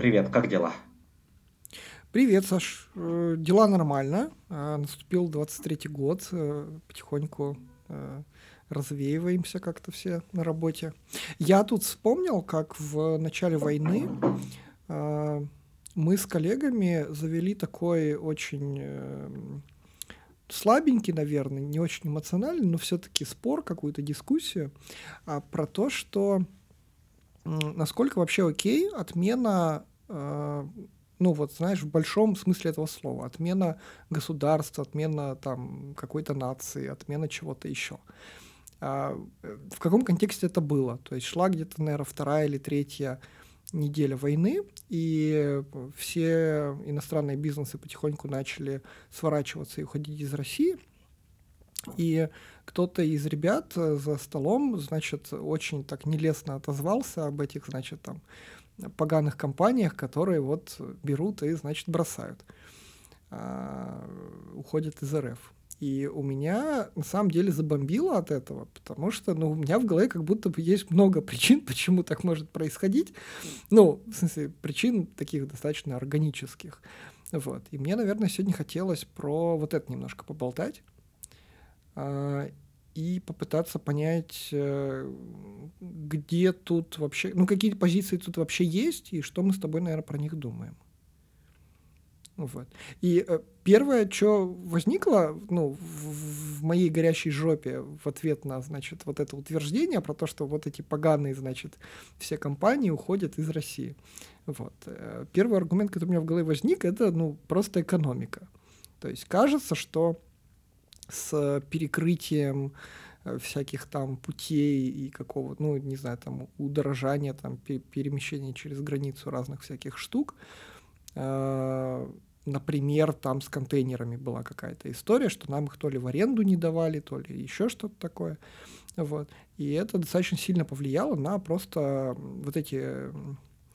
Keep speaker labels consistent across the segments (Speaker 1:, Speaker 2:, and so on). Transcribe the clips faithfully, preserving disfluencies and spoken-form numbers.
Speaker 1: Привет, как дела?
Speaker 2: Привет, Саш. Э, Дела нормально. А, Наступил двадцать третий год. э, Потихоньку э, развеиваемся как-то все на работе. Я тут вспомнил, как в начале войны а, мы с коллегами завели такой очень э, слабенький, наверное, не очень эмоциональный, но все-таки спор, какую-то дискуссию а, про то, что м, насколько вообще окей отмена, э, ну вот, знаешь, в большом смысле этого слова, отмена государства, отмена там какой-то нации, отмена чего-то еще. А, э, в каком контексте это было? То есть шла где-то, наверное, вторая или третья неделя войны, и все иностранные бизнесы потихоньку начали сворачиваться и уходить из России. И кто-то из ребят э, за столом, значит, очень так нелестно отозвался об этих, значит, там, поганых компаниях, которые вот берут и, значит, бросают, а, уходят из РФ. И у меня на самом деле забомбило от этого, потому что, ну, у меня в голове как будто бы есть много причин, почему так может происходить. Ну, в смысле, причин таких достаточно органических. Вот. И мне, наверное, сегодня хотелось про вот это немножко поболтать. а, и попытаться понять, э, где тут вообще, ну, какие позиции тут вообще есть, и что мы с тобой, наверное, про них думаем. Вот. И э, первое, что возникло, ну, в, в моей горящей жопе в ответ на, значит, вот это утверждение про то, что вот эти поганые, значит, все компании уходят из России. Вот. Э, Первый аргумент, который у меня в голове возник, это, ну, просто экономика. То есть кажется, что с перекрытием э, всяких там путей и какого, ну, не знаю, там удорожания, там пе- перемещения через границу разных всяких штук. Э, Например, там с контейнерами была какая-то история, что нам их то ли в аренду не давали, то ли еще что-то такое. Вот. И это достаточно сильно повлияло на просто вот эти м,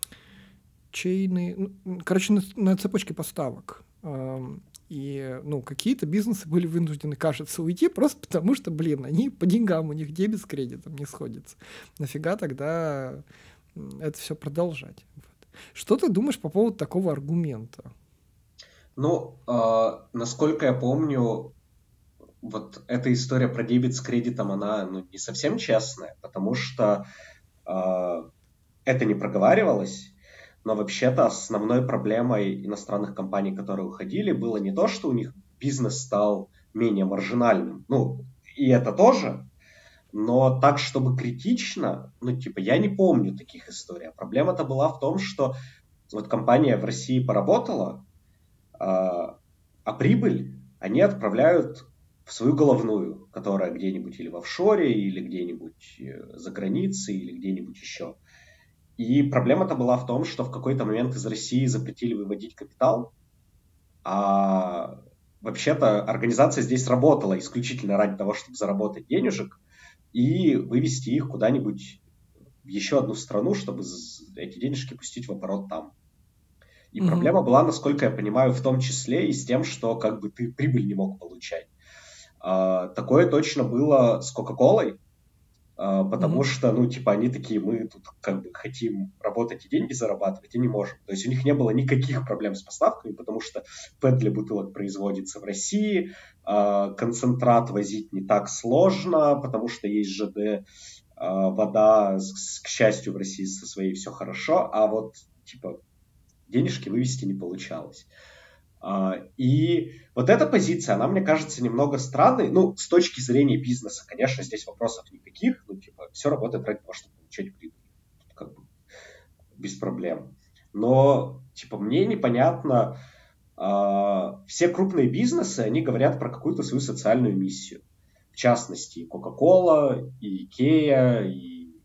Speaker 2: чейны, ну, короче, на, на цепочке поставок. Эм, И, ну, какие-то бизнесы были вынуждены, кажется, уйти просто потому, что, блин, они по деньгам, у них дебет с кредитом не сходится. Нафига тогда м, это все продолжать? Вот. Что ты думаешь по поводу такого аргумента?
Speaker 1: Ну, а, насколько я помню, вот эта история про дебет с кредитом, она ну, не совсем честная, потому что а, это не проговаривалось, но вообще-то основной проблемой иностранных компаний, которые уходили, было не то, что у них бизнес стал менее маржинальным, ну, и это тоже, но так, чтобы критично, ну, типа, я не помню таких историй. А проблема-то была в том, что вот компания в России поработала, А, а прибыль они отправляют в свою головную, которая где-нибудь или в офшоре, или где-нибудь э, за границей, или где-нибудь еще. И проблема-то была в том, что в какой-то момент из России запретили выводить капитал, а вообще-то организация здесь работала исключительно ради того, чтобы заработать денежек и вывести их куда-нибудь в еще одну страну, чтобы эти денежки пустить в оборот там. И
Speaker 2: Мгм.
Speaker 1: проблема была, насколько я понимаю, в том числе и с тем, что как бы ты прибыль не мог получать. А, такое точно было с Кока-Колой, а, потому
Speaker 2: Мгм.
Speaker 1: что, ну, типа, они такие, мы тут как бы хотим работать и деньги зарабатывать, и не можем. То есть у них не было никаких проблем с поставками, потому что пэт для бутылок производится в России, а, концентрат возить не так сложно, потому что есть ЖД, а, вода, с- к счастью, в России со своей все хорошо, а вот, типа, денежки вывести не получалось. А, И вот эта позиция, она, мне кажется, немного странной. Ну, с точки зрения бизнеса, конечно, здесь вопросов никаких. Ну, типа, все работает ради того, чтобы получать прибыль. Тут как бы без проблем. Но, типа, мне непонятно, а, все крупные бизнесы, они говорят про какую-то свою социальную миссию. В частности, и Coca-Cola, и Ikea, и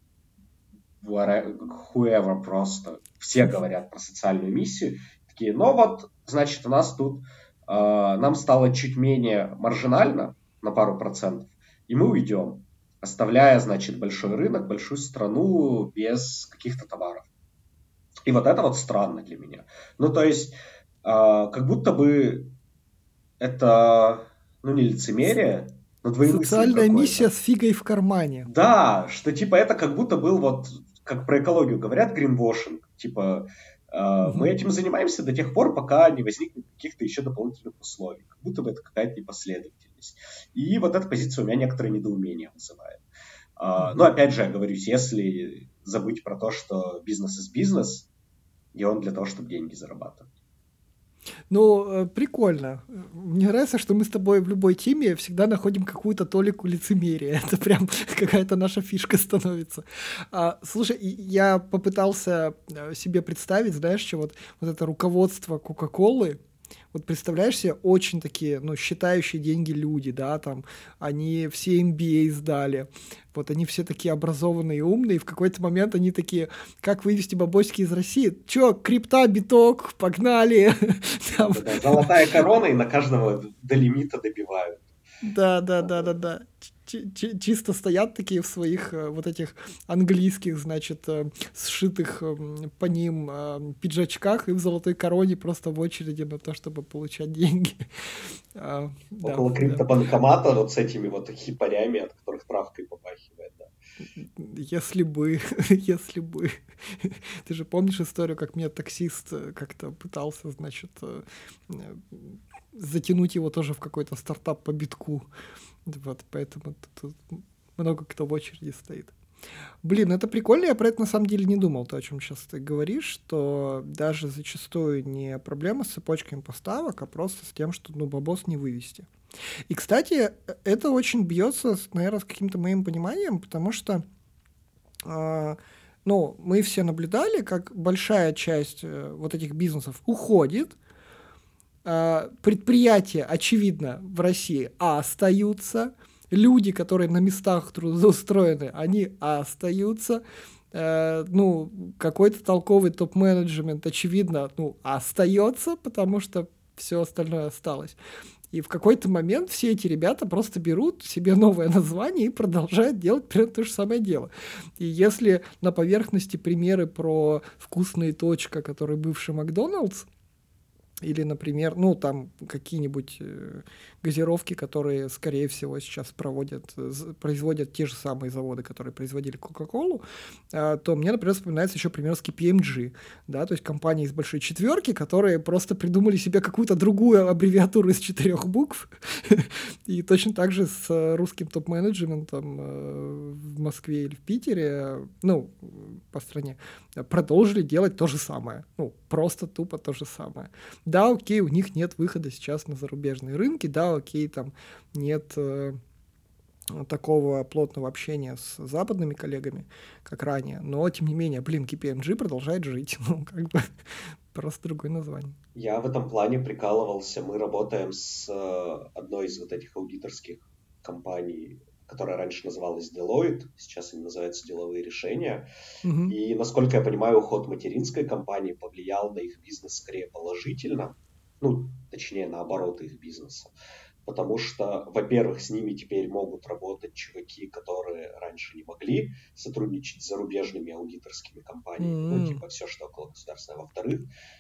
Speaker 1: whoever просто. Все говорят про социальную миссию. Такие, но вот, значит, у нас тут э, нам стало чуть менее маржинально на пару процентов, и мы уйдем, оставляя, значит, большой рынок, большую страну без каких-то товаров. И вот это вот странно для меня. Ну, то есть, э, как будто бы это, ну, не
Speaker 2: С-
Speaker 1: лицемерие, но двоемыслие
Speaker 2: Социальная миссия
Speaker 1: какое-то.
Speaker 2: с фигой в кармане.
Speaker 1: Да, что типа это как будто был вот, как про экологию говорят, гринвошинг. Типа Мы этим занимаемся до тех пор, пока не возникнет каких-то еще дополнительных условий. Как будто бы это какая-то непоследовательность. И вот эта позиция у меня некоторое недоумение вызывает. Uh, но опять же, я говорю, если забыть про то, что бизнес из бизнес, и он для того, чтобы деньги зарабатывать.
Speaker 2: Ну, прикольно. Мне нравится, что мы с тобой в любой теме всегда находим какую-то толику лицемерия. Это прям какая-то наша фишка становится. А, слушай, я попытался себе представить, знаешь, что вот, вот это руководство Кока-Колы. Вот представляешь себе, очень такие, ну, считающие деньги люди, да, там, они все эм би эй сдали, вот они все такие образованные и умные, и в какой-то момент они такие, как вывести бабосики из России? Чё, крипта, биток, погнали!
Speaker 1: Да, да, золотая корона, и на каждого до лимита добивают.
Speaker 2: Да, да, да, да, да. Чисто стоят такие в своих вот этих английских, значит, сшитых по ним пиджачках и в золотой короне просто в очереди на то, чтобы получать деньги.
Speaker 1: Около да, криптобанкомата да. Вот с этими вот хипарями, от которых травкой попахивает, да.
Speaker 2: Если бы, если бы. Ты же помнишь историю, как меня таксист как-то пытался, значит, затянуть его тоже в какой-то стартап по битку. Вот, поэтому тут много кто в очереди стоит. Блин, это прикольно, я про это на самом деле не думал, то, о чем сейчас ты говоришь, что даже зачастую не проблема с цепочками поставок, а просто с тем, что, ну, бабос не вывести. И, кстати, это очень бьется, наверное, с каким-то моим пониманием, потому что, э, ну, мы все наблюдали, как большая часть э, вот этих бизнесов уходит, э, предприятия, очевидно, в России а остаются, люди, которые на местах трудоустроены, они остаются, э, ну, какой-то толковый топ-менеджмент, очевидно, ну, остается, потому что все остальное осталось. И в какой-то момент все эти ребята просто берут себе новое название и продолжают делать примерно то же самое дело. И если на поверхности примеры про вкусные точка, который бывший Макдоналдс, или, например, ну, там какие-нибудь э, газировки, которые, скорее всего, сейчас проводят, производят те же самые заводы, которые производили Кока-Колу, э, то мне, например, вспоминается еще пример с кей пи эм джи, да, то есть компания из большой четверки, которые просто придумали себе какую-то другую аббревиатуру из четырех букв, и точно так же с русским топ-менеджментом э, в Москве или в Питере, ну, по стране, продолжили делать то же самое, ну, просто тупо то же самое. Да, окей, у них нет выхода сейчас на зарубежные рынки, да, окей, там нет э, такого плотного общения с западными коллегами, как ранее, но, тем не менее, блин, кей пи эм джи продолжает жить, ну, как бы, просто другое название.
Speaker 1: Я в этом плане прикалывался, мы работаем с одной из вот этих аудиторских компаний, которая раньше называлась Deloitte, сейчас они называются «Деловые решения». Mm-hmm. И, насколько я понимаю, уход материнской компании повлиял на их бизнес скорее положительно, ну, точнее, на обороты их бизнеса. Потому что, во-первых, с ними теперь могут работать чуваки, которые раньше не могли сотрудничать с зарубежными аудиторскими компаниями, mm-hmm. ну, типа все, что около государственного. Во-вторых,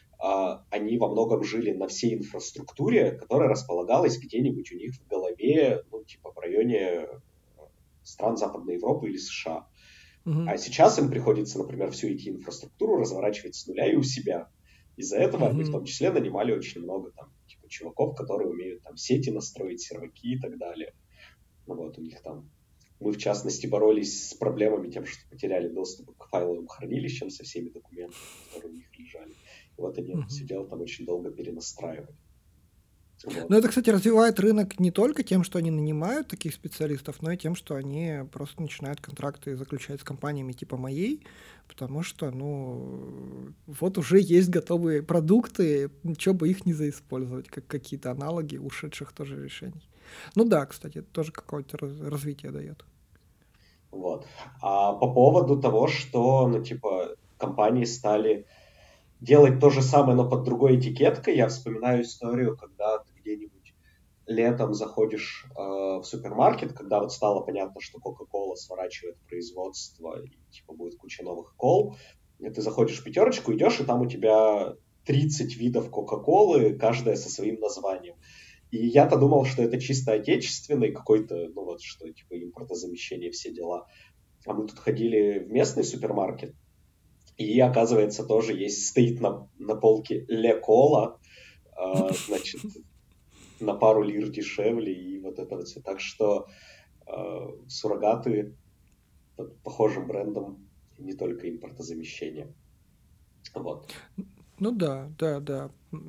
Speaker 1: они во многом жили на всей инфраструктуре, которая располагалась где-нибудь у них в голове, ну, типа в районе стран Западной Европы или США. Uh-huh. А сейчас им приходится, например, всю ай ти-инфраструктуру разворачивать с нуля и у себя. Из-за этого uh-huh. они в том числе нанимали очень много там, типа, чуваков, которые умеют там сети настроить, серваки и так далее. Ну вот, у них там... Мы, в частности, боролись с проблемами тем, что потеряли доступ к файловым хранилищам со всеми документами, которые у них лежали. И вот они uh-huh. все дело там очень долго перенастраивали.
Speaker 2: Вот. Но это, кстати, развивает рынок не только тем, что они нанимают таких специалистов, но и тем, что они просто начинают контракты заключать с компаниями типа моей, потому что, ну, вот уже есть готовые продукты, что бы их не заиспользовать, как какие-то аналоги ушедших тоже решений. Ну да, кстати, это тоже какое-то развитие дает.
Speaker 1: Вот. А по поводу того, что, ну, типа, компании стали делать то же самое, но под другой этикеткой, я вспоминаю историю, когда ты где-нибудь летом заходишь э, в супермаркет, когда вот стало понятно, что Coca-Cola сворачивает производство и типа будет куча новых кол, и ты заходишь в пятерочку, идешь, и там у тебя тридцать видов Coca-Colы, каждая со своим названием. И я-то думал, что это чисто отечественный какой-то, ну вот что, типа импортозамещение, все дела. А мы тут ходили в местный супермаркет, И, оказывается, тоже есть, стоит на, на полке Ле Кола, а, значит, на пару лир дешевле и вот это вот все. Так что а, суррогаты под похожим брендом не только импортозамещение. Вот.
Speaker 2: Ну да, да, да.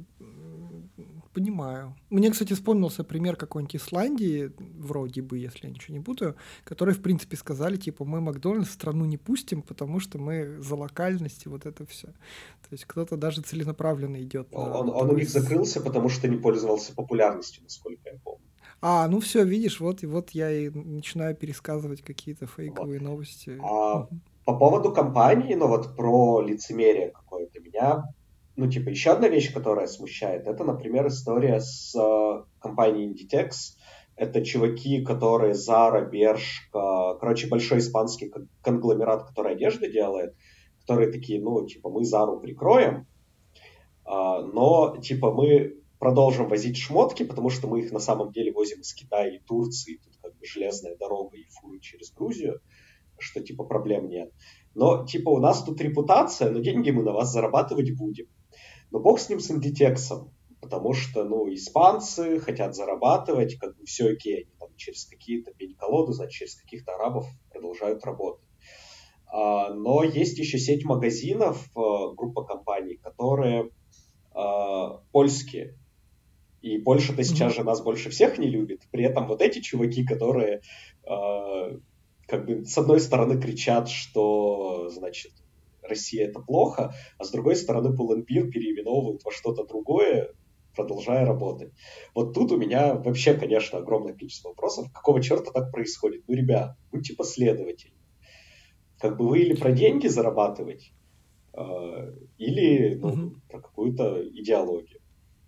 Speaker 2: Понимаю. Мне, кстати, вспомнился пример какой-нибудь Исландии, вроде бы, если я ничего не путаю, которые, в принципе, сказали, типа, мы Макдональдс в страну не пустим, потому что мы за локальность и вот это все. То есть кто-то даже целенаправленно идет
Speaker 1: Он,
Speaker 2: на
Speaker 1: он у
Speaker 2: такой...
Speaker 1: них закрылся, потому что не пользовался популярностью, насколько я помню.
Speaker 2: А, ну все, видишь, вот, и вот я и начинаю пересказывать какие-то
Speaker 1: Вот.
Speaker 2: фейковые новости.
Speaker 1: А по поводу компании, ну вот про лицемерие какое-то меня, ну типа еще одна вещь, которая смущает, это, например, история с э, компанией Inditex. Это чуваки, которые Zara, Bershka, короче, большой испанский конгломерат, который одежды делает, которые такие, ну типа мы Зару прикроем, а, но типа мы продолжим возить шмотки, потому что мы их на самом деле возим из Китая и Турции, тут как бы железная дорога и фуры через Грузию, что типа проблем нет. Но типа у нас тут репутация, но деньги мы на вас зарабатывать будем. Но бог с ним, с Inditex, потому что, ну, испанцы хотят зарабатывать, как бы все окей, они там через какие-то пень-колоды, значит, через каких-то арабов продолжают работать. А, но есть еще сеть магазинов, а, группа компаний, которые а, польские. И Польша-то сейчас
Speaker 2: Мгм.
Speaker 1: же нас больше всех не любит. При этом вот эти чуваки, которые э, как бы с одной стороны кричат, что, значит, Россия это плохо, а с другой стороны Pull&Bear переименовывают во что-то другое, продолжая работать. Вот тут у меня вообще, конечно, огромное количество вопросов. Какого черта так происходит? Ну, ребят, будьте последовательны. Как бы вы или про деньги зарабатывать, э, или
Speaker 2: Мгм.
Speaker 1: ну, про какую-то идеологию.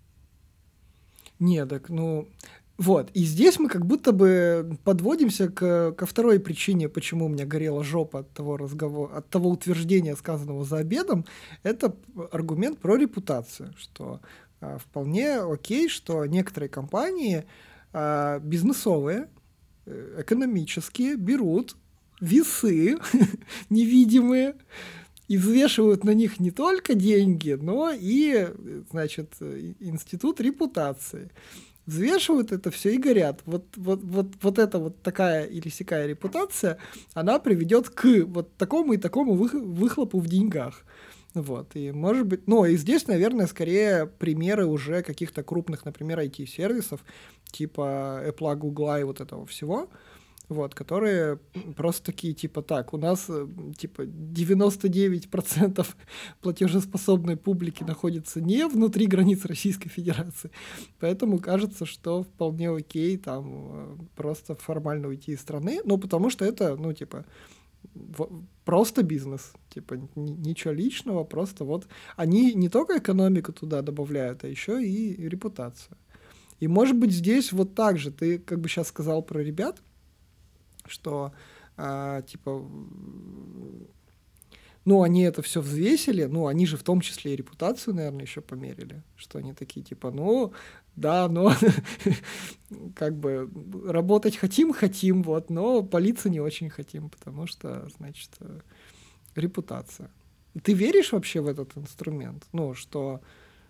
Speaker 2: Не, так, ну, вот. И здесь мы как будто бы подводимся к, ко второй причине, почему у меня горела жопа от того разговора, от того утверждения, сказанного за обедом. Это аргумент про репутацию, что а, вполне окей, что некоторые компании а, бизнесовые, э, экономические берут весы невидимые и взвешивают на них не только деньги, но и, значит, институт репутации. Взвешивают это все и горят. Вот, вот, вот, вот эта вот такая или сякая репутация, она приведет к вот такому и такому выхлопу в деньгах. Вот, и может быть, ну, и здесь, наверное, скорее примеры уже каких-то крупных, например, ай ти-сервисов, типа Apple, Google и вот этого всего, вот, которые просто такие, типа, так, у нас, типа, девяносто девять процентов платежеспособной публики находится не внутри границ Российской Федерации, поэтому кажется, что вполне окей там просто формально уйти из страны, ну, потому что это, ну, типа, просто бизнес, типа, ничего личного, просто вот они не только экономику туда добавляют, а еще и репутацию. И, может быть, здесь вот так же, ты как бы сейчас сказал про ребят, что а, типа, ну, они это все взвесили, ну, они же в том числе и репутацию, наверное, еще померили, что они такие, типа, ну, да, но как бы работать хотим, хотим, вот, но палиться не очень хотим, потому что, значит, репутация. Ты веришь вообще в этот инструмент? Ну, что...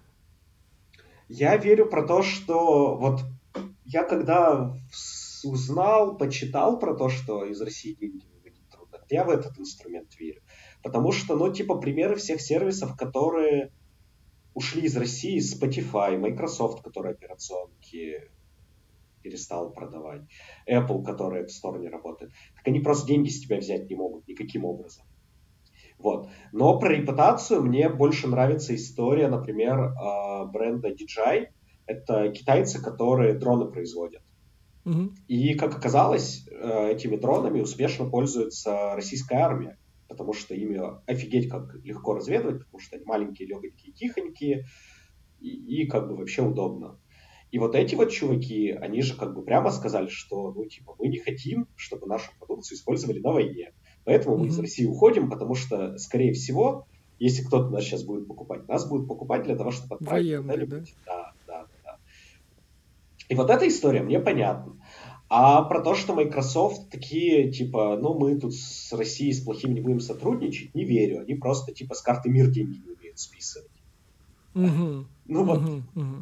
Speaker 1: Я верю про то, что вот я когда узнал, почитал про то, что из России деньги выводить трудно, я в этот инструмент верю. Потому что, ну, типа, примеры всех сервисов, которые ушли из России, Spotify, Microsoft, который операционки перестал продавать, Apple, который в Store не работает, так они просто деньги с тебя взять не могут никаким образом. Вот. Но про репутацию мне больше нравится история, например, бренда ди джей ай. Это китайцы, которые дроны производят.
Speaker 2: Угу.
Speaker 1: И, как оказалось, этими дронами успешно пользуется российская армия, потому что ими офигеть как легко разведывать, потому что они маленькие, легонькие, тихонькие, и, и как бы вообще удобно. И вот эти вот чуваки, они же как бы прямо сказали, что, ну, типа, мы не хотим, чтобы нашу продукцию использовали на войне. Поэтому мы из
Speaker 2: Угу.
Speaker 1: России уходим, потому что, скорее всего, если кто-то нас сейчас будет покупать, нас будут покупать для того, чтобы отправить
Speaker 2: Военные, да?
Speaker 1: куда-нибудь. Да, да, да. И вот эта история мне понятна. А про то, что Microsoft такие, типа, ну, мы тут с Россией с плохим не будем сотрудничать, не верю. Они просто, типа, с карты мир деньги не умеют списывать.
Speaker 2: Мгм.
Speaker 1: Ну, вот,
Speaker 2: Мгм. Мгм.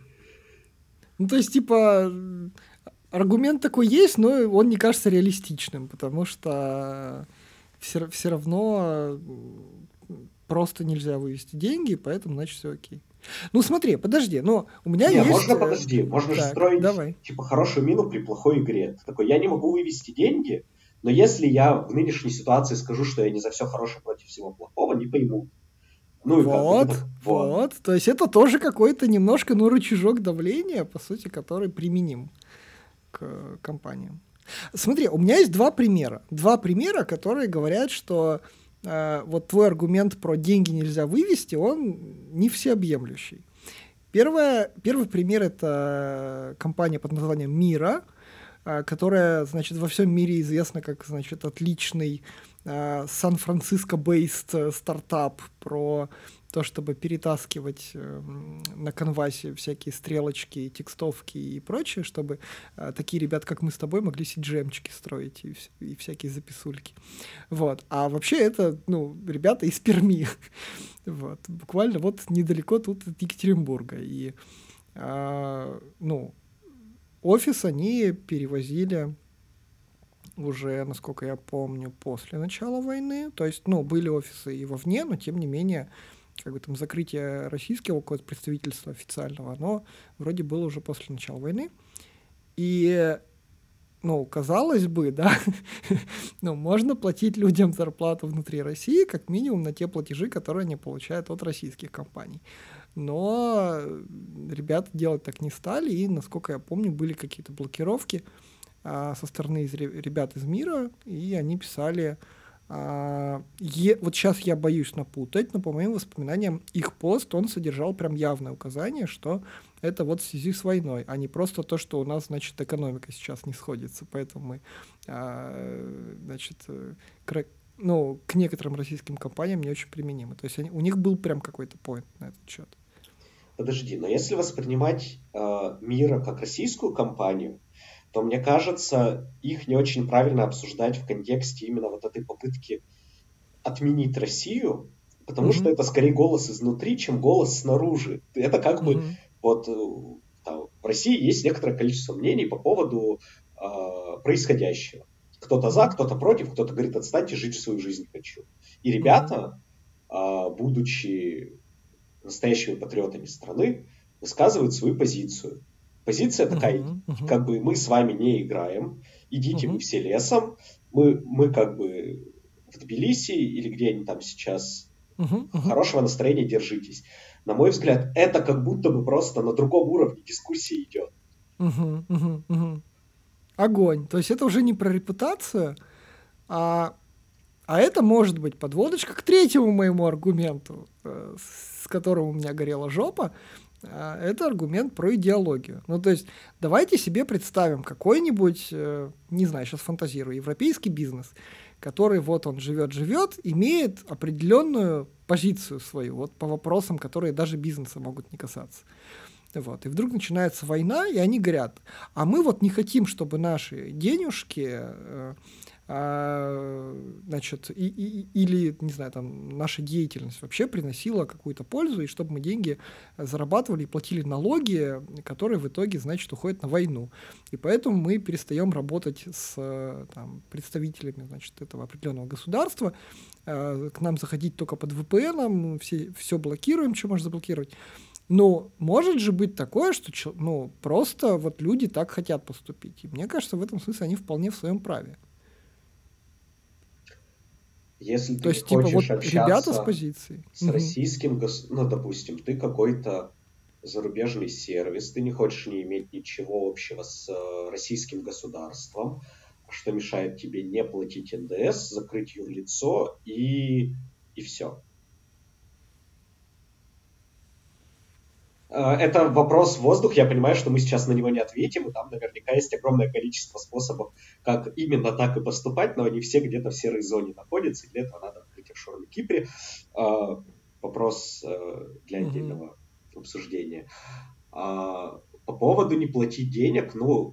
Speaker 2: Ну, то есть, типа, аргумент такой есть, но он не кажется реалистичным, потому что все, все равно просто нельзя вывести деньги, поэтому, значит, все окей. Ну, смотри, подожди, но у меня
Speaker 1: не,
Speaker 2: есть...
Speaker 1: можно,
Speaker 2: э,
Speaker 1: подожди, можно же
Speaker 2: Так,
Speaker 1: строить,
Speaker 2: давай.
Speaker 1: типа, хорошую мину при плохой игре. Ты такой, я не могу вывести деньги, но если я в нынешней ситуации скажу, что я не за все хорошее против всего плохого, не пойму. Ну, и как бы ты
Speaker 2: Вот,
Speaker 1: так, вот.
Speaker 2: вот. То есть это тоже какой-то немножко, ну, рычажок давления, по сути, который применим к компаниям. Смотри, у меня есть два примера. Два примера, которые говорят, что э, вот твой аргумент про деньги нельзя вывести, он не всеобъемлющий. Первое, первый пример — это компания под названием Мира, э, которая, значит, во всем мире известна как, значит, отличный э, Сан-Франциско-based э, стартап про то, чтобы перетаскивать э, на канвасе всякие стрелочки, текстовки и прочее, чтобы э, такие ребята, как мы с тобой, могли си джи эм-чики строить и, вс- и всякие записульки. Вот. А вообще это, ну, ребята из Перми. Вот. Буквально вот недалеко тут от Екатеринбурга. И, а, ну, офис они перевозили уже, насколько я помню, после начала войны. То есть, ну, были офисы и вовне, но тем не менее, как бы там закрытие российского какого-то представительства официального, оно вроде было уже после начала войны. И, ну, казалось бы, да, ну, можно платить людям зарплату внутри России, как минимум на те платежи, которые они получают от российских компаний. Но ребята делать так не стали, и, насколько я помню, были какие-то блокировки а, со стороны из, ребят из мира, и они писали... А, е, вот сейчас я боюсь напутать, но по моим воспоминаниям их пост, он содержал прям явное указание, что это вот в связи с войной, а не просто то, что у нас, значит, экономика сейчас не сходится, поэтому мы, а, значит, к, ну, к некоторым российским компаниям не очень применимы. То есть они, у них был прям какой-то поинт на этот счет.
Speaker 1: Подожди, но если воспринимать э, Мира как российскую компанию, то, мне кажется, их не очень правильно обсуждать в контексте именно вот этой попытки отменить Россию, потому что
Speaker 2: Угу,
Speaker 1: это скорее голос изнутри, чем голос снаружи. Это как бы
Speaker 2: угу,
Speaker 1: вот э, там, в России есть некоторое количество мнений по поводу э, происходящего. Кто-то за,
Speaker 2: угу,
Speaker 1: кто-то против, кто-то говорит, отстаньте, жить свою жизнь хочу. И
Speaker 2: угу,
Speaker 1: ребята, э, будучи настоящими патриотами страны, высказывают свою позицию. Позиция такая,
Speaker 2: угу, угу,
Speaker 1: как бы мы с вами не играем, идите вы
Speaker 2: угу,
Speaker 1: все лесом, мы, мы как бы в Тбилиси или где они там сейчас,
Speaker 2: угу, угу.
Speaker 1: хорошего настроения держитесь. На мой взгляд, это как будто бы просто на другом уровне дискуссии идет.
Speaker 2: Угу, угу, угу. Огонь. То есть это уже не про репутацию, а, а это может быть подводочка к третьему моему аргументу, э, с которым у меня горела жопа. А, это аргумент про идеологию. Ну, то есть давайте себе представим какой-нибудь, э, не знаю, сейчас фантазирую, европейский бизнес, который вот он живет-живет, имеет определенную позицию свою вот по вопросам, которые даже бизнеса могут не касаться. Вот. И вдруг начинается война, и они говорят, а мы вот не хотим, чтобы наши денежки, э, э, значит, и, и, или, не знаю, там, наша деятельность вообще приносила какую-то пользу, и чтобы мы деньги зарабатывали и платили налоги, которые в итоге, значит, уходят на войну. И поэтому мы перестаем работать с там, представителями, значит, этого определенного государства, э, к нам заходить только под вэ пэ эн, все, все блокируем, что можно заблокировать. Но может же быть такое, что ну, просто вот люди так хотят поступить. И мне кажется, в этом смысле они вполне в своем праве.
Speaker 1: Если
Speaker 2: То
Speaker 1: ты не
Speaker 2: есть, типа,
Speaker 1: хочешь
Speaker 2: вот ребята с
Speaker 1: общаться
Speaker 2: позиции.
Speaker 1: с
Speaker 2: Угу.
Speaker 1: российским, гос- ну, допустим, ты какой-то зарубежный сервис, ты не хочешь не иметь ничего общего с э, российским государством, что мешает тебе не платить эн дэ эс, закрыть юрлицо и, и все. Это вопрос в воздух, я понимаю, что мы сейчас на него не ответим, и там наверняка есть огромное количество способов, как именно так и поступать, но они все где-то в серой зоне находятся, и для этого надо открыть офшор на Кипре. А, Вопрос э, для
Speaker 2: Угу.
Speaker 1: отдельного обсуждения. А, По поводу не платить денег, ну,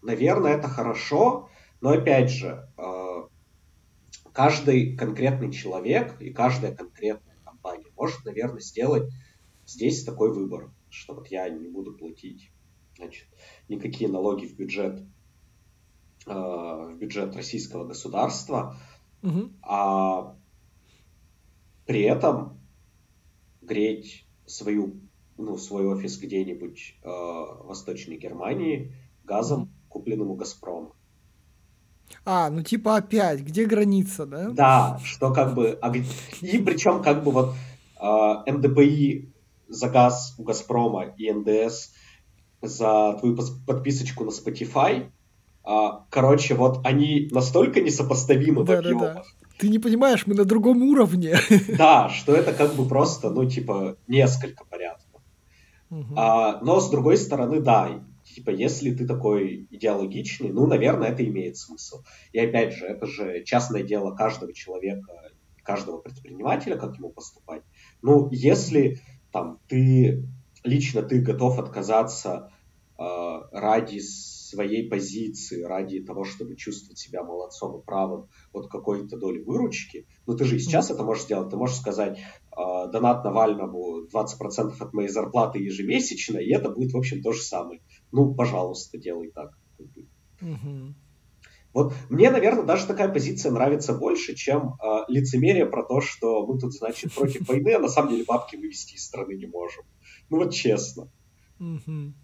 Speaker 1: наверное, это хорошо, но опять же, э, каждый конкретный человек и каждая конкретная компания может, наверное, сделать здесь такой выбор, что вот я не буду платить, значит, никакие налоги в бюджет, э, в бюджет российского государства,
Speaker 2: Мгм.
Speaker 1: а при этом греть свою, ну, свой офис где-нибудь э, в Восточной Германии
Speaker 2: Мгм.
Speaker 1: газом, купленным у «Газпрома».
Speaker 2: А, ну типа опять, где граница, да?
Speaker 1: Да, что как бы... а г- И причем как бы вот э, эн дэ пэ и за газ у «Газпрома» и эн дэ эс за твою пос- подписочку на Spotify, а, короче, вот они настолько несопоставимы в
Speaker 2: Да-да-да.
Speaker 1: объемах,
Speaker 2: Ты не понимаешь, мы на другом уровне.
Speaker 1: да, что это как бы просто, ну, типа, несколько порядков.
Speaker 2: Мгм.
Speaker 1: А, но с другой стороны, да, типа, если ты такой идеологичный, ну, наверное, это имеет смысл. И опять же, это же частное дело каждого человека, каждого предпринимателя, как ему поступать. Ну,
Speaker 2: Мгм.
Speaker 1: если там ты, лично ты готов отказаться э, ради своей позиции, ради того, чтобы чувствовать себя молодцом и правым от какой-то доли выручки, ну, ты же и сейчас
Speaker 2: Мгм.
Speaker 1: это можешь сделать. Ты можешь сказать, э, донат Навальному двадцать процентов от моей зарплаты ежемесячно, и это будет, в общем, то же самое. Ну, пожалуйста, делай так.
Speaker 2: Мгм.
Speaker 1: Вот мне, наверное, даже такая позиция нравится больше, чем э, лицемерие про то, что мы тут, значит, против войны, а на самом деле бабки вывести из страны не можем. Ну вот честно.
Speaker 2: Мгм.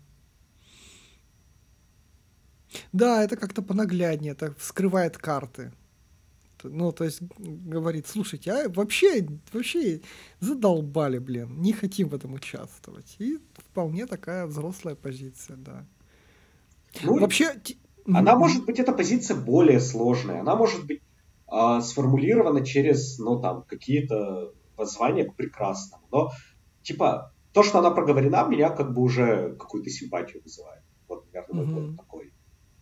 Speaker 2: Да, это как-то понагляднее, это вскрывает карты. Т- Ну, то есть м, говорит, слушайте, а вообще, вообще задолбали, блин, не хотим в этом участвовать. И вполне такая взрослая позиция, да.
Speaker 1: Ну,
Speaker 2: Вообще, ти- мгм,
Speaker 1: она
Speaker 2: мгм.
Speaker 1: может быть, эта позиция более сложная. Она может быть э, сформулирована через, ну, там, какие-то воззвания к прекрасному. Но, типа, то, что она проговорена, меня как бы уже какую-то симпатию вызывает. Вот, наверное, мой point
Speaker 2: Мгм.
Speaker 1: такой.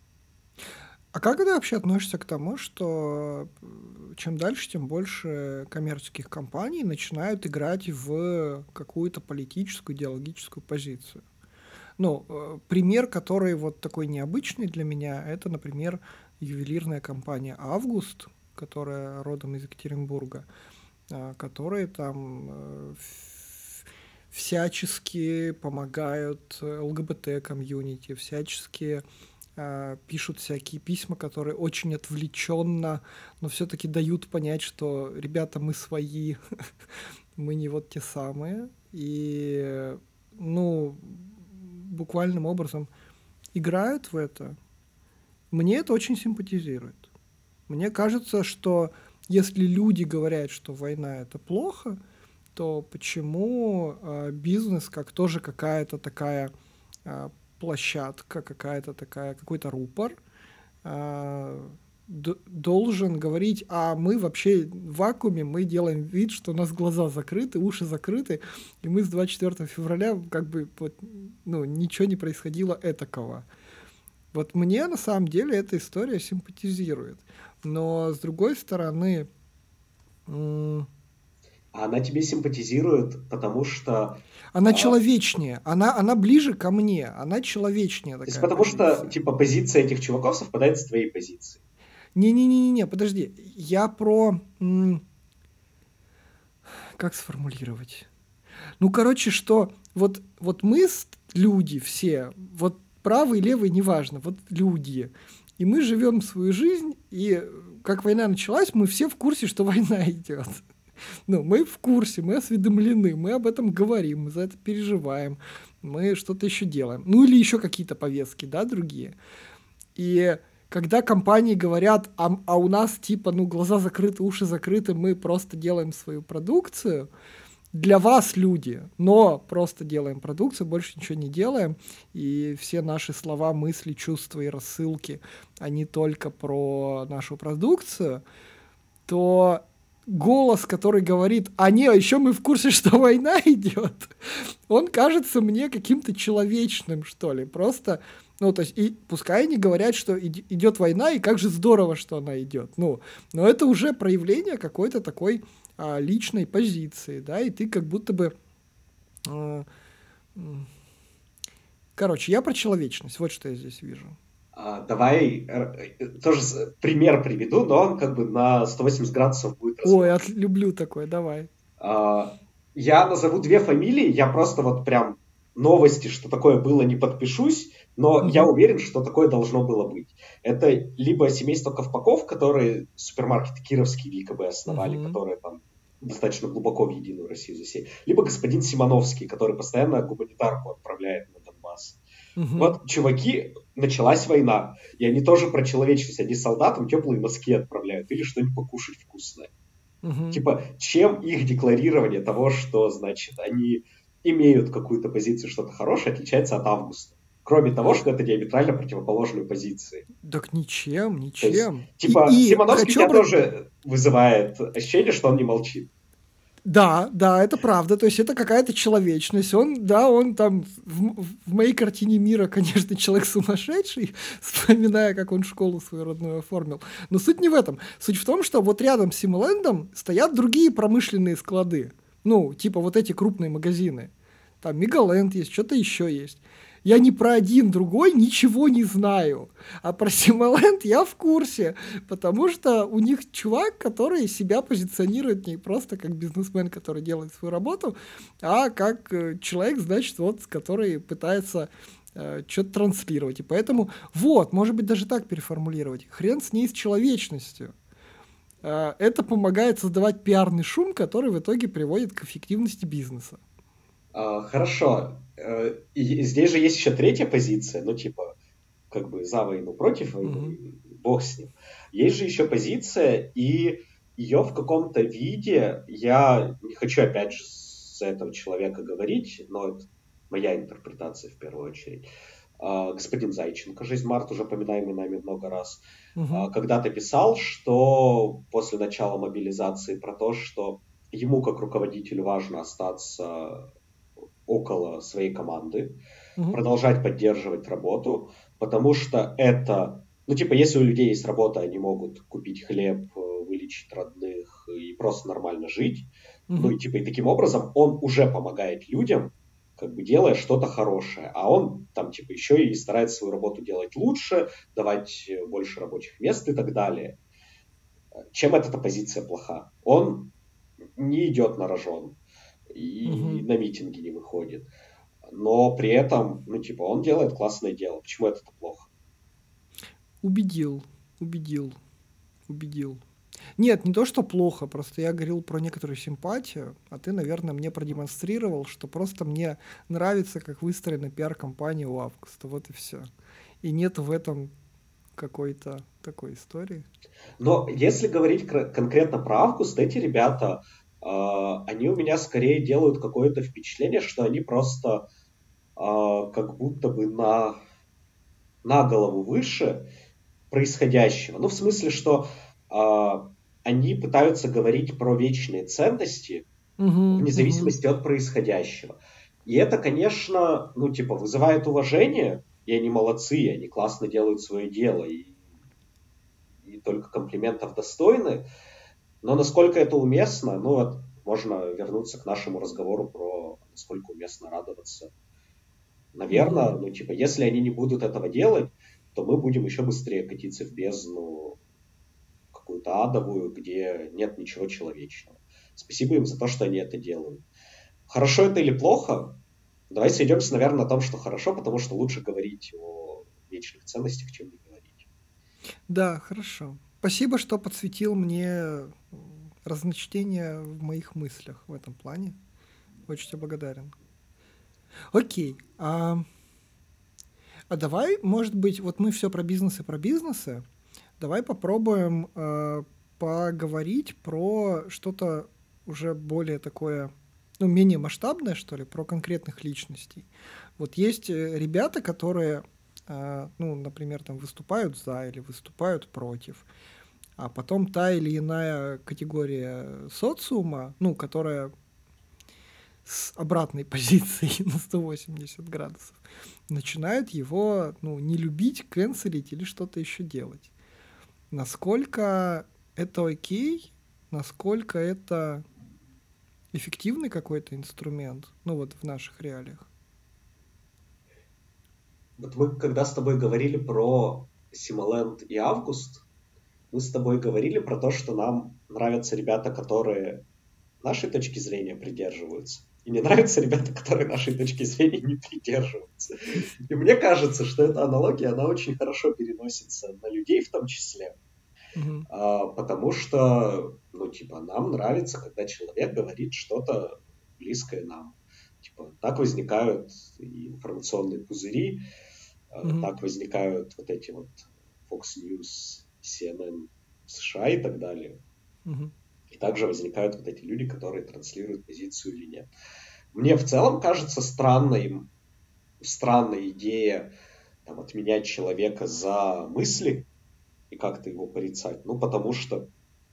Speaker 2: А как ты вообще относишься к тому, что э, чем дальше, тем больше коммерческих компаний начинают играть в какую-то политическую, идеологическую позицию? Ну, э, пример, который вот такой необычный для меня, это, например, ювелирная компания «Август», которая родом из Екатеринбурга, а, которые там э, ф- всячески помогают эл гэ бэ тэ-комьюнити, всячески а, пишут всякие письма, которые очень отвлеченно, но все-таки дают понять, что ребята, мы свои, мы не вот те самые. И, ну, буквальным образом играют в это. Мне это очень симпатизирует. Мне кажется, что если люди говорят, что война это плохо, то почему э, бизнес как тоже какая-то такая э, площадка, какая-то такая, какой-то рупор э, д- должен говорить, а мы вообще в вакууме, мы делаем вид, что у нас глаза закрыты, уши закрыты, и мы с двадцать четвёртого февраля как бы вот, ну, ничего не происходило этакого. Вот мне на самом деле эта история симпатизирует. Но с другой стороны, м,
Speaker 1: А она тебе симпатизирует, потому что...
Speaker 2: она
Speaker 1: а,
Speaker 2: человечнее, она, она ближе ко мне, она человечнее
Speaker 1: то есть
Speaker 2: такая
Speaker 1: потому что,
Speaker 2: позиция.
Speaker 1: типа, позиция этих чуваков совпадает с твоей позицией.
Speaker 2: Не-не-не-не, подожди, я про... м, как сформулировать? Ну, короче, что вот, вот мы с- люди все, вот правый, левый, неважно, вот люди, и мы живем свою жизнь, и как война началась, мы все в курсе, что война идет. Ну, мы в курсе, мы осведомлены, мы об этом говорим, мы за это переживаем, мы что-то еще делаем. Ну, или еще какие-то повестки, да, другие. И когда компании говорят, а, а у нас типа, ну, глаза закрыты, уши закрыты, мы просто делаем свою продукцию, для вас люди, но просто делаем продукцию, больше ничего не делаем, и все наши слова, мысли, чувства и рассылки, они только про нашу продукцию, то голос, который говорит, а не, еще мы в курсе, что война идет, он кажется мне каким-то человечным, что ли, просто, ну, то есть, и пускай они говорят, что идет война, и как же здорово, что она идет, ну, но это уже проявление какой-то такой а, личной позиции, да, и ты как будто бы, а, короче, я про человечность, вот что я здесь вижу.
Speaker 1: А, давай э, тоже с- пример приведу, но он как бы на сто восемьдесят градусов будет
Speaker 2: Ой,
Speaker 1: развернут.
Speaker 2: от- люблю такое, давай.
Speaker 1: А, я назову две фамилии, я просто вот прям новости, что такое было, не подпишусь, но я
Speaker 2: Мгм,
Speaker 1: уверен, что такое должно было быть. Это либо семейство Ковпаков, которые супермаркеты Кировский в ЕКБ основали,
Speaker 2: мгм,
Speaker 1: которые там достаточно глубоко в Единую Россию засели, либо господин Симоновский, который постоянно гуманитарку отправляет на Донбасс.
Speaker 2: мгм,
Speaker 1: Вот, чуваки, началась война, и они тоже про человечность, они солдатам теплые носки отправляют или что-нибудь покушать вкусное.
Speaker 2: мгм.
Speaker 1: Типа, чем их декларирование того, что, значит, они имеют какую-то позицию, что-то хорошее, отличается от Августа? Кроме того, что это диаметрально противоположные позиции.
Speaker 2: Так ничем,
Speaker 1: То есть,
Speaker 2: ничем. И,
Speaker 1: типа,
Speaker 2: и
Speaker 1: Симоновский у
Speaker 2: хочу
Speaker 1: тебя
Speaker 2: обратить...
Speaker 1: тоже вызывает ощущение, что он не молчит.
Speaker 2: Да, да, это правда. То есть это какая-то человечность. Он, да, он там в, в моей картине мира, конечно, человек сумасшедший, вспоминая, как он школу свою родную оформил. Но суть не в этом. Суть в том, что вот рядом с Симолендом стоят другие промышленные склады. Ну, типа вот эти крупные магазины. Там Мегаленд есть, что-то еще есть. Я ни про один другой ничего не знаю. А про Симоленд я в курсе, потому что у них чувак, который себя позиционирует не просто как бизнесмен, который делает свою работу, а как э, человек, значит, вот, который пытается э, что-то транслировать. И поэтому, вот, может быть, даже так переформулировать. Хрен с ней с человечностью. Э, это помогает создавать пиарный шум, который в итоге приводит к эффективности бизнеса.
Speaker 1: А, хорошо. Э, и здесь же есть еще третья позиция, ну, типа, как бы за войну, против
Speaker 2: Мгм.
Speaker 1: войны, бог с ним. Есть же еще позиция, и ее в каком-то виде, я не хочу опять же за этого человека говорить, но это моя интерпретация в первую очередь. А, господин Зайченко, «Жизнь Март», уже поминаемый нами много раз, а,
Speaker 2: Мгм.
Speaker 1: когда-то писал, что после начала мобилизации про то, что ему как руководителю важно остаться около своей команды,
Speaker 2: Мгм.
Speaker 1: продолжать поддерживать работу, потому что это, ну, типа, если у людей есть работа, они могут купить хлеб, э, вылечить родных и просто нормально жить. Ну, и
Speaker 2: Мгм.
Speaker 1: типа, и таким образом он уже помогает людям, как бы делая что-то хорошее. А он там, типа, еще и старается свою работу делать лучше, давать э, больше рабочих мест и так далее. Чем эта позиция плоха? Он не идет на рожон и
Speaker 2: Мгм.
Speaker 1: на митинги не выходит. Но при этом, ну, типа, он делает классное дело. Почему это плохо?
Speaker 2: Убедил, убедил, убедил. Нет, не то, что плохо, просто я говорил про некоторую симпатию, а ты, наверное, мне продемонстрировал, что просто мне нравится, как выстроена пиар-компания у Августа. Вот и все. И нет в этом какой-то такой истории.
Speaker 1: Но если говорить кр- конкретно про Август, эти ребята, э, они у меня скорее делают какое-то впечатление, что они просто э, как будто бы на, на голову выше происходящего. Ну, в смысле, что э, они пытаются говорить про вечные ценности вне
Speaker 2: Угу, угу.
Speaker 1: зависимости от происходящего. И это, конечно, ну, типа, вызывает уважение, и они молодцы, и они классно делают свое дело, и, и только комплиментов достойны. Но насколько это уместно, ну, вот можно вернуться к нашему разговору про насколько уместно радоваться. Наверное,
Speaker 2: Угу.
Speaker 1: ну, типа, если они не будут этого делать, то мы будем еще быстрее катиться в бездну какую-то адовую, где нет ничего человечного. Спасибо им за то, что они это делают. Хорошо это или плохо? Давай сойдемся, наверное, на том, что хорошо, потому что лучше говорить о вечных ценностях, чем не говорить.
Speaker 2: Да, хорошо. Спасибо, что подсветил мне разночтение в моих мыслях в этом плане. Очень тебе благодарен. Окей. А, а давай, может быть, вот мы все про бизнесы, про бизнесы. Давай попробуем э, поговорить про что-то уже более такое, ну, менее масштабное, что ли, про конкретных личностей. Вот есть э, ребята, которые, э, ну, например, там выступают за или выступают против, а потом та или иная категория социума, ну, которая с обратной позицией на сто восемьдесят градусов, начинают его, ну, не любить, канцелить или что-то еще делать. Насколько это окей, насколько это эффективный какой-то инструмент, ну вот в наших реалиях.
Speaker 1: Вот мы когда с тобой говорили про Симоленд и Август, мы с тобой говорили про то, что нам нравятся ребята, которые нашей точки зрения придерживаются. И не нравятся ребята, которые нашей точки зрения не придерживаются. И мне кажется, что эта аналогия, она очень хорошо переносится на людей в том числе.
Speaker 2: Мгм.
Speaker 1: А, потому что, ну, типа, нам нравится, когда человек говорит что-то близкое нам. Типа, так возникают и информационные пузыри, а,
Speaker 2: Мгм.
Speaker 1: так возникают вот эти вот Fox News, си эн эн в США и так далее.
Speaker 2: Мгм.
Speaker 1: И также возникают вот эти люди, которые транслируют позицию или нет. Мне в целом кажется странной, странной идея там, отменять человека за мысли и как-то его порицать. Ну, потому что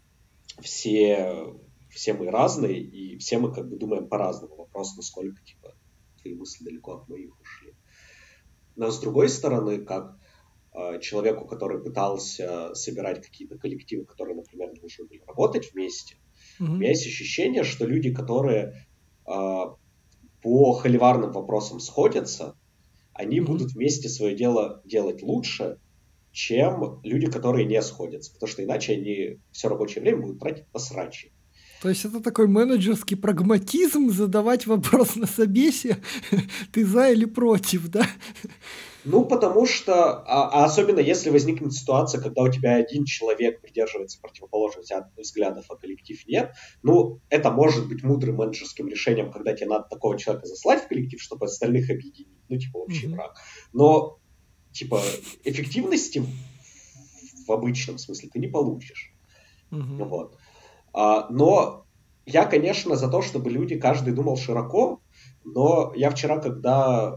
Speaker 1: все, все мы разные, и все мы как бы думаем по-разному. Вопрос, насколько типа, твои мысли далеко от моих ушли. Но с другой стороны, как э, человеку, который пытался собирать какие-то коллективы, которые, например, должны были работать вместе, у
Speaker 2: Мгм.
Speaker 1: меня есть ощущение, что люди, которые э, по холиварным вопросам сходятся, они
Speaker 2: Мгм.
Speaker 1: будут вместе свое дело делать лучше, чем люди, которые не сходятся. Потому что иначе они все рабочее время будут тратить на срачи.
Speaker 2: То есть это такой менеджерский прагматизм, задавать вопрос на собесе, ты за или против, да?
Speaker 1: Ну, потому что, а, а особенно если возникнет ситуация, когда у тебя один человек придерживается противоположных взглядов, а коллектив нет, ну, это может быть мудрым менеджерским решением, когда тебе надо такого человека заслать в коллектив, чтобы остальных объединить, ну, типа, общий
Speaker 2: Мгм.
Speaker 1: враг. Но, типа, эффективности в, в обычном смысле ты не получишь.
Speaker 2: Мгм.
Speaker 1: Вот. А, но я, конечно, за то, чтобы люди, каждый думал широко, но я вчера, когда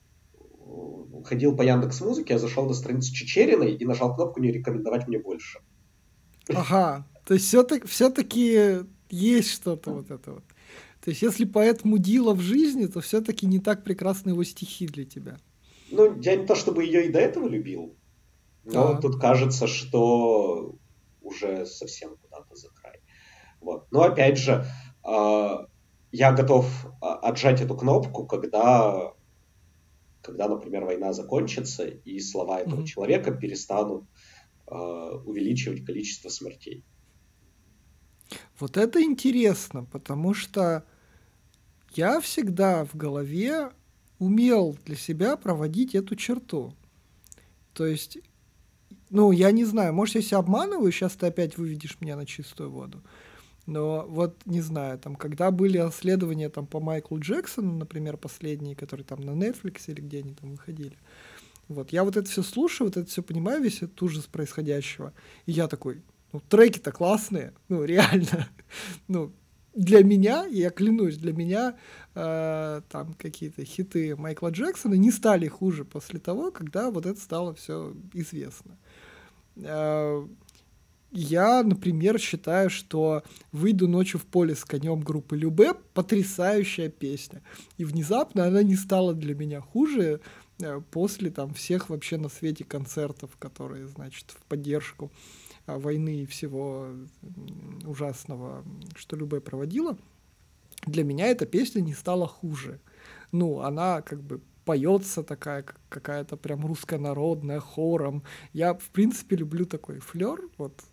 Speaker 1: ходил по Яндекс.Музыке, я зашел на страницу Чичериной и нажал кнопку «Не рекомендовать мне больше».
Speaker 2: Ага, то есть все-таки, все-таки есть что-то вот это вот. То есть если поэт мудила в жизни, то все-таки не так прекрасны его стихи для тебя.
Speaker 1: Ну, я не то чтобы ее и до этого любил, но
Speaker 2: А,
Speaker 1: тут кажется, что уже совсем куда-то за край. Вот. Но опять же, а, я готов а, отжать эту кнопку, когда, когда, например, война закончится, и слова этого
Speaker 2: мгм.
Speaker 1: человека перестанут а, увеличивать количество смертей.
Speaker 2: Вот это интересно, потому что я всегда в голове умел для себя проводить эту черту. То есть, ну, я не знаю, может, я себя обманываю, сейчас ты опять выведешь меня на чистую воду. Но вот, не знаю, там, когда были расследования там, по Майклу Джексону, например, последние, которые там на Netflix или где они там выходили, вот, я вот это все слушаю, вот это все понимаю, весь этот ужас происходящего, и я такой, ну, треки-то классные, ну, реально, ну, для меня, я клянусь, для меня э, там какие-то хиты Майкла Джексона не стали хуже после того, когда вот это стало все известно. Э, я, например, считаю, что «Выйду ночью в поле с конем» группы Любэ потрясающая песня. И внезапно она не стала для меня хуже э, после там всех вообще на свете концертов, которые, значит, в поддержку а, войны и всего м, ужасного, что Любэ проводила. Для меня эта песня не стала хуже. Ну, она как бы поется такая, как какая-то прям русская народная, хором. Я, в принципе, люблю такой флер, вот.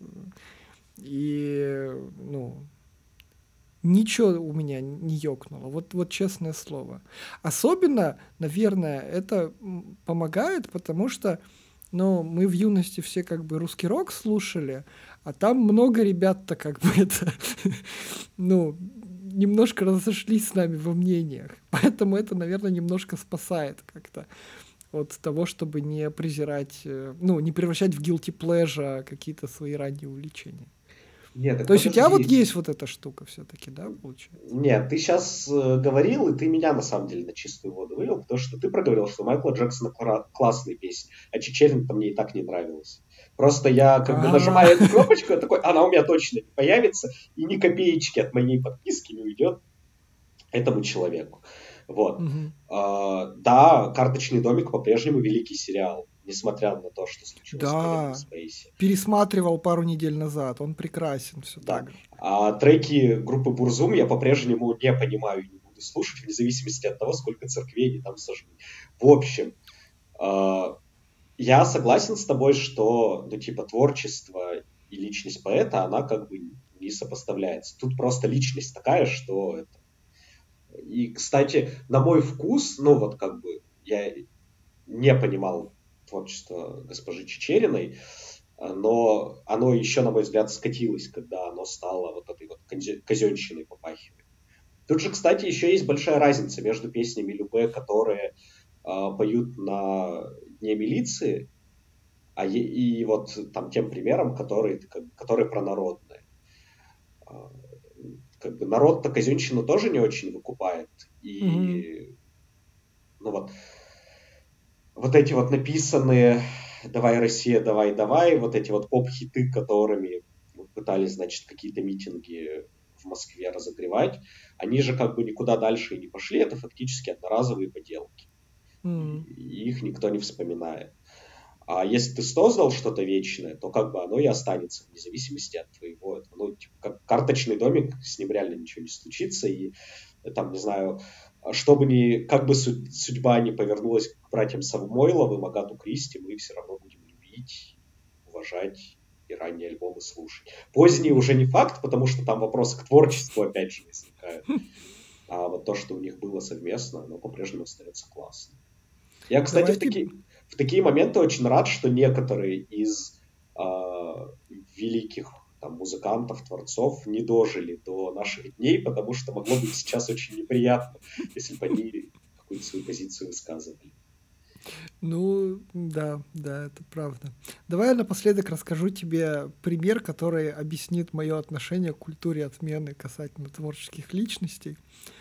Speaker 2: И, ну, ничего у меня не ёкнуло, вот, вот честное слово. Особенно, наверное, это м, помогает, потому что, ну, мы в юности все как бы русский рок слушали, а там много ребят-то как бы это, ну, немножко разошлись с нами во мнениях. Поэтому это, наверное, немножко спасает как-то от того, чтобы не презирать, э, ну, не превращать в guilty pleasure какие-то свои ранние увлечения.
Speaker 1: Нет, так
Speaker 2: То есть у тебя вот
Speaker 1: подожди.
Speaker 2: есть вот эта штука все-таки, да, получается?
Speaker 1: Нет, ты сейчас говорил, и ты меня на самом деле на чистую воду вывел, потому что ты проговорил, что у Майкла Джексона кра- классные песни, а Чечерин-то мне и так не нравилась. Просто я как бы
Speaker 2: А,
Speaker 1: нажимаю эту кнопочку, я такой, она у меня точно не появится, и ни копеечки от моей подписки не уйдет этому человеку. Вот.
Speaker 2: мгм.
Speaker 1: А, да, «Карточный домик» по-прежнему великий сериал, несмотря на то, что случилось с Кевином
Speaker 2: Да,
Speaker 1: Спейси.
Speaker 2: пересматривал пару недель назад, он прекрасен все
Speaker 1: Да.
Speaker 2: так же.
Speaker 1: А треки группы Бурзум я по-прежнему не понимаю и не буду слушать, вне зависимости от того, сколько церквей они там сожгли. В общем, а, Я согласен с тобой, что, ну, типа, творчество и личность поэта, она как бы не сопоставляется. Тут просто личность такая, что это... И, кстати, на мой вкус, ну, вот как бы я не понимал творчество госпожи Чичериной, но оно еще, на мой взгляд, скатилось, когда оно стало вот этой вот казенщиной попахивать. Тут же, кстати, еще есть большая разница между песнями Любэ, которые э, поют на Дне милиции, а е- и вот там тем примером, который, как- который про народное. А, Как бы народ-то казенщину тоже не очень выкупает.
Speaker 2: Мгм.
Speaker 1: И ну вот, вот эти вот написанные «Давай, Россия, давай, давай», вот эти вот поп-хиты, которыми пытались, значит, какие-то митинги в Москве разогревать, они же как бы никуда дальше и не пошли, это фактически одноразовые поделки.
Speaker 2: М.
Speaker 1: И их никто не вспоминает. А если ты создал что-то вечное, то как бы оно и останется вне зависимости от твоего этого. Ну, типа, как карточный домик, с ним реально ничего не случится. И там, не знаю, чтобы ни, как бы су- судьба не повернулась к братьям Самойловым, Агату Кристи, мы все равно будем любить, уважать и ранние альбомы слушать. Поздние уже не факт, потому что там вопросы к творчеству опять же возникают. А вот то, что у них было совместно, оно по-прежнему остается классно. Я, кстати, в
Speaker 2: Давайте,
Speaker 1: такие, в такие моменты очень рад, что некоторые из а, великих там, музыкантов, творцов не дожили до наших дней, потому что могло быть сейчас очень неприятно, если бы они какую-то свою позицию высказывали.
Speaker 2: ну да, да, это правда. Давай я напоследок расскажу тебе пример, который объяснит мое отношение к культуре отмены касательно творческих личностей.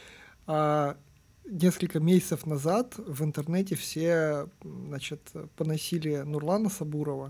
Speaker 2: А, Несколько месяцев назад в интернете все, значит, поносили Нурлана Сабурова.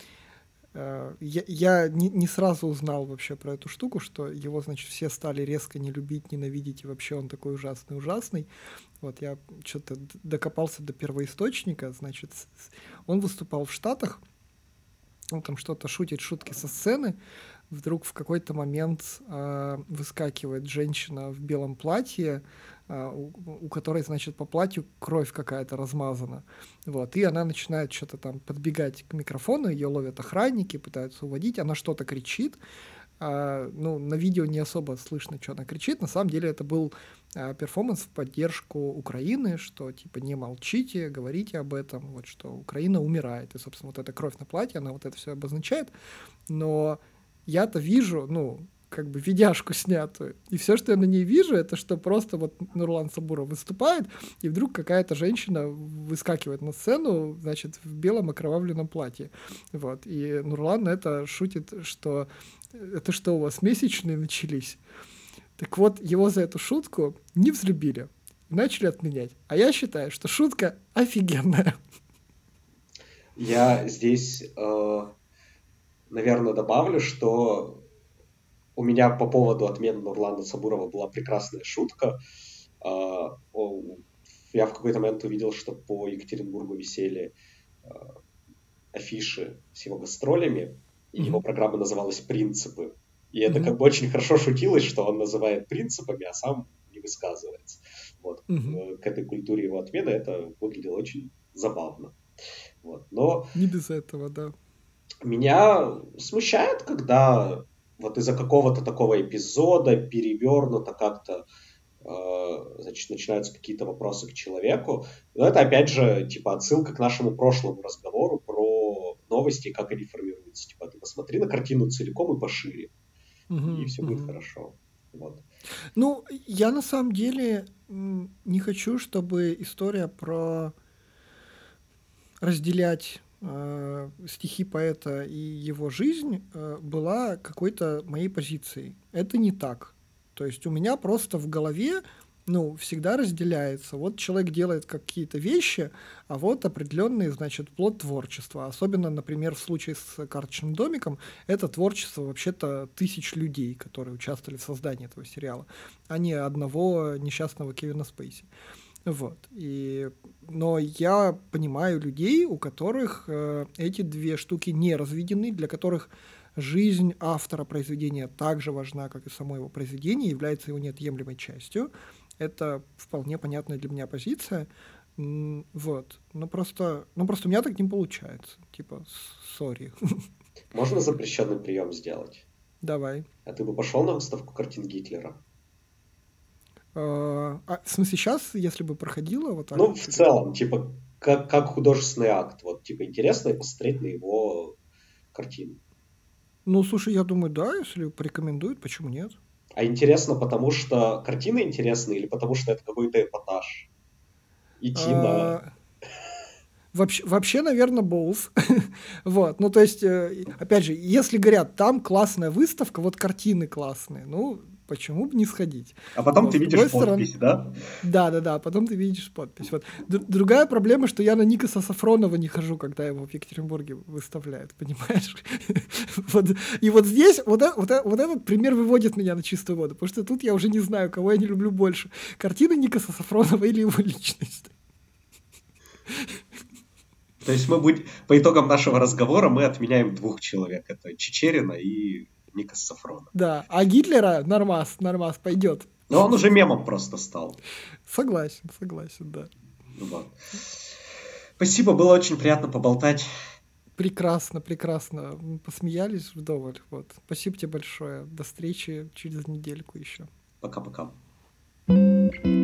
Speaker 2: Э, Я, я не, не сразу узнал вообще про эту штуку, что его, значит, все стали резко не любить, ненавидеть, и вообще он такой ужасный-ужасный. Вот я что-то докопался до первоисточника, значит, с- с- он выступал в Штатах, он там что-то шутит, шутки со сцены, вдруг в какой-то момент э, выскакивает женщина в белом платье, э, у, у которой, значит, по платью кровь какая-то размазана. Вот, и она начинает что-то там подбегать к микрофону, ее ловят охранники, пытаются уводить, она что-то кричит. А, ну, на видео не особо слышно, что она кричит. На самом деле это был а, перформанс в поддержку Украины, что типа не молчите, говорите об этом, вот что Украина умирает. И, собственно, вот эта кровь на платье, она вот это все обозначает. Но я-то вижу, ну, как бы видяшку снятую. И все, что я на ней вижу, это что просто вот Нурлан Сабуров выступает, и вдруг какая-то женщина выскакивает на сцену, значит, в белом окровавленном платье. Вот. И Нурлан на это шутит, что это что, у вас месячные начались? Так вот, его за эту шутку не взлюбили. Начали отменять. А я считаю, что шутка офигенная.
Speaker 1: Я здесь, э, наверное, добавлю, что у меня по поводу отмены Нурлана Сабурова была прекрасная шутка. А, о, Я в какой-то момент увидел, что по Екатеринбургу висели а, афиши с его гастролями, и его
Speaker 2: Мгм.
Speaker 1: программа называлась «Принципы». И это
Speaker 2: Мгм.
Speaker 1: как бы очень хорошо шутилось, что он называет принципами, а сам не высказывается. Вот.
Speaker 2: Мгм.
Speaker 1: Э, К этой культуре его отмены это выглядело очень забавно. Вот. Но
Speaker 2: Не без этого, да.
Speaker 1: меня смущает, когда вот из-за какого-то такого эпизода перевернуто как-то э, значит, начинаются какие-то вопросы к человеку. Но это, опять же, типа отсылка к нашему прошлому разговору про новости и как они формируются. Типа ты посмотри на картину целиком и пошире, и
Speaker 2: Мгм.
Speaker 1: все будет
Speaker 2: Мгм.
Speaker 1: хорошо. Вот.
Speaker 2: Ну, я на самом деле м, не хочу, чтобы история про разделять э, стихи поэта и его жизнь э, была какой-то моей позицией. Это не так. То есть у меня просто в голове ну, всегда разделяется. Вот человек делает какие-то вещи, а вот определенный, значит, плод творчества. Особенно, например, в случае с «Карточным домиком», это творчество вообще-то тысяч людей, которые участвовали в создании этого сериала, а не одного несчастного Кевина Спейси. Вот. И, но я понимаю людей, у которых э, эти две штуки не разведены, для которых жизнь автора произведения так же важна, как и само его произведение, является его неотъемлемой частью. Это вполне понятная для меня позиция, М, Вот. Ну просто, ну просто у меня так не получается. Типа, сори.
Speaker 1: Можно запрещенный прием сделать?
Speaker 2: Давай.
Speaker 1: А ты бы пошел на выставку картин Гитлера?
Speaker 2: А, а, в смысле, сейчас, если бы проходила вот так
Speaker 1: Ну,
Speaker 2: вот?
Speaker 1: в
Speaker 2: Или...
Speaker 1: целом, типа, как, как художественный акт. Вот, типа, интересно посмотреть на его картину.
Speaker 2: Ну, слушай, я думаю, да, если порекомендуют, почему нет?
Speaker 1: А интересно, потому что картины интересны или потому что это какой-то эпатаж? Идти на...
Speaker 2: А, Вообще, вообще, наверное, both. Вот, ну, то есть, э, опять же, если говорят, там классная выставка, вот картины классные, ну, почему бы не сходить?
Speaker 1: А потом
Speaker 2: Вот,
Speaker 1: ты
Speaker 2: с другой
Speaker 1: видишь
Speaker 2: стороны,
Speaker 1: подпись, да?
Speaker 2: да-да-да, потом ты видишь подпись. Вот. Д- другая проблема, что я на Никаса Сафронова не хожу, когда его в Екатеринбурге выставляют, понимаешь? Вот. И вот здесь вот, э- вот, э- вот этот пример выводит меня на чистую воду, потому что тут я уже не знаю, кого я не люблю больше, картины Никаса Сафронова или его личность.
Speaker 1: То есть мы будем... По итогам нашего разговора мы отменяем двух человек. Это Чичерина и Никас Сафронов.
Speaker 2: Да, а Гитлера нормас, нормас, пойдет.
Speaker 1: Но он уже мемом просто стал.
Speaker 2: Согласен, согласен, да.
Speaker 1: Вот. Спасибо, было очень приятно поболтать.
Speaker 2: Прекрасно, прекрасно. Мы посмеялись вдоволь. Вот. Спасибо тебе большое. До встречи через недельку еще.
Speaker 1: Пока-пока.